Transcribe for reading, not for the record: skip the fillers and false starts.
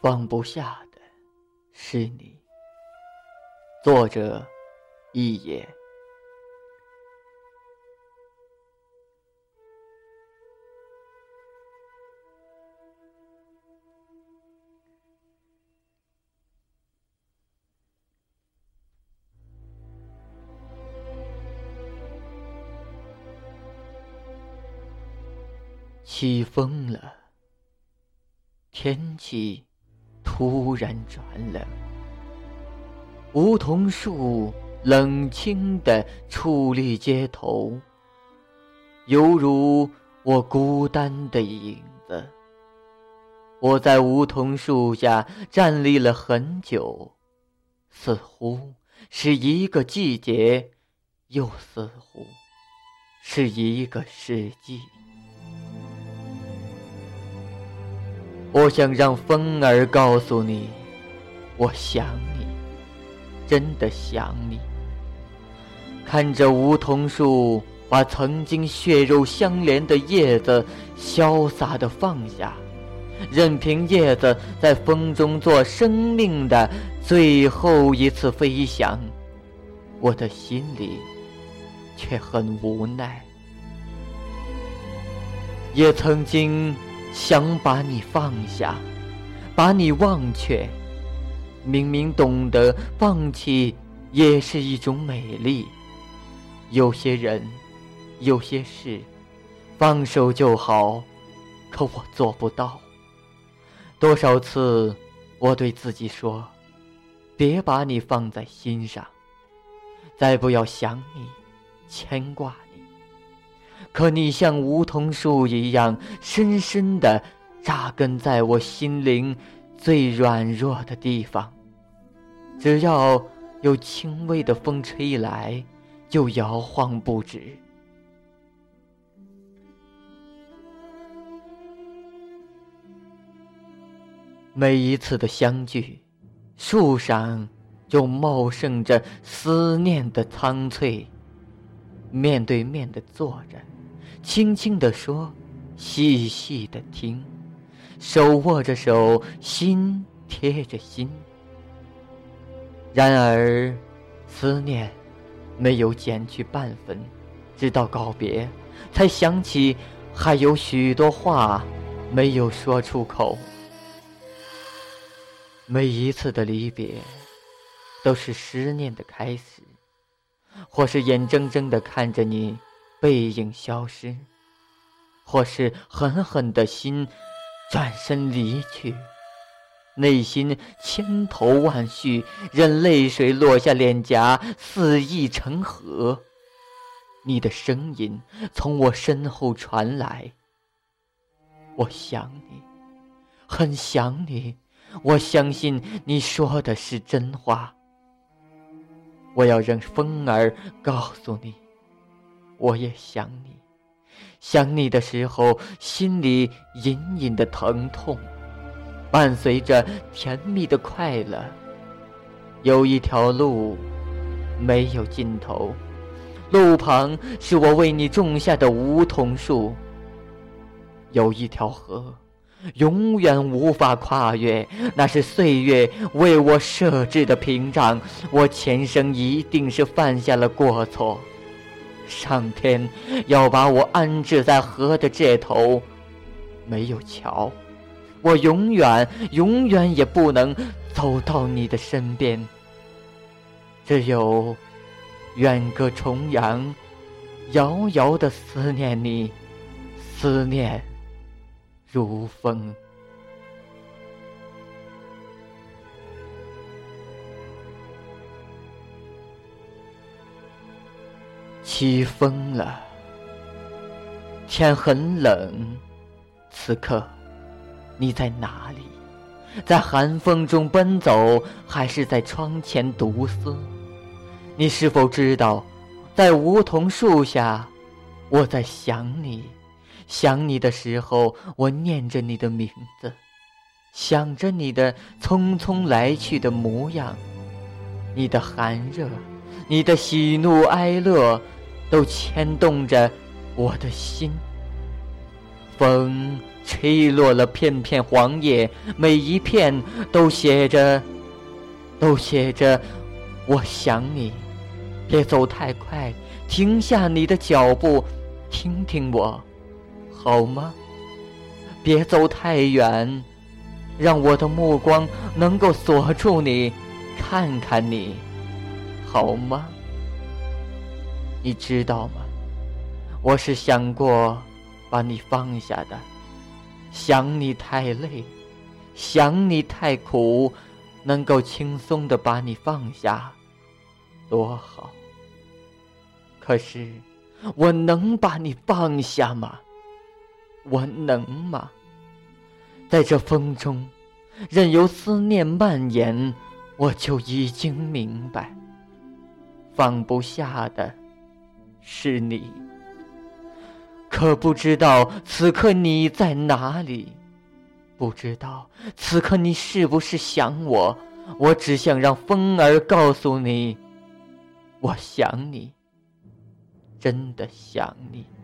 放不下的是你。作者：一野。起风了，天气突然转冷，梧桐树冷清地矗立街头，犹如我孤单的影子。我在梧桐树下站立了很久，似乎是一个季节，又似乎是一个世纪。我想让风儿告诉你，我想你，真的想你。看着梧桐树把曾经血肉相连的叶子潇洒地放下，任凭叶子在风中做生命的最后一次飞翔，我的心里却很无奈。也曾经想把你放下，把你忘却，明明懂得放弃也是一种美丽。有些人，有些事，放手就好，可我做不到。多少次我对自己说，别把你放在心上，再不要想你，牵挂你。可你像梧桐树一样，深深地扎根在我心灵最软弱的地方，只要有轻微的风吹来，就摇晃不止。每一次的相聚，树上就茂盛着思念的苍翠。面对面地坐着，轻轻地说，细细地听，手握着手，心贴着心。然而思念没有减去半分，直到告别才想起还有许多话没有说出口。每一次的离别都是思念的开始，或是眼睁睁地看着你背影消失，或是狠狠的心转身离去，内心千头万绪，任泪水落下脸颊，肆意成河。你的声音从我身后传来，我想你，很想你，我相信你说的是真话。我要让风儿告诉你，我也想你。想你的时候，心里隐隐的疼痛，伴随着甜蜜的快乐。有一条路没有尽头，路旁是我为你种下的梧桐树。有一条河永远无法跨越，那是岁月为我设置的屏障，我前生一定是犯下了过错。上天要把我安置在河的这头，没有桥，我永远也不能走到你的身边，只有远隔重洋，遥遥地思念你，思念如风。起风了，天很冷，此刻你在哪里？在寒风中奔走，还是在窗前独思？你是否知道，在梧桐树下，我在想你。想你的时候，我念着你的名字，想着你的匆匆来去的模样，你的寒热，你的喜怒哀乐，都牵动着我的心。 风吹落了片片黄叶，每一片都写着我想你。别走太快，停下你的脚步，听听我，好吗？别走太远，让我的目光能够锁住你，看看你，好吗？你知道吗？我是想过把你放下的，想你太累，想你太苦，能够轻松地把你放下，多好。可是我能把你放下吗？我能吗？在这风中任由思念蔓延，我就已经明白，放不下的是你。可不知道此刻你在哪里，不知道此刻你是不是想我，我只想让风儿告诉你，我想你，真的想你。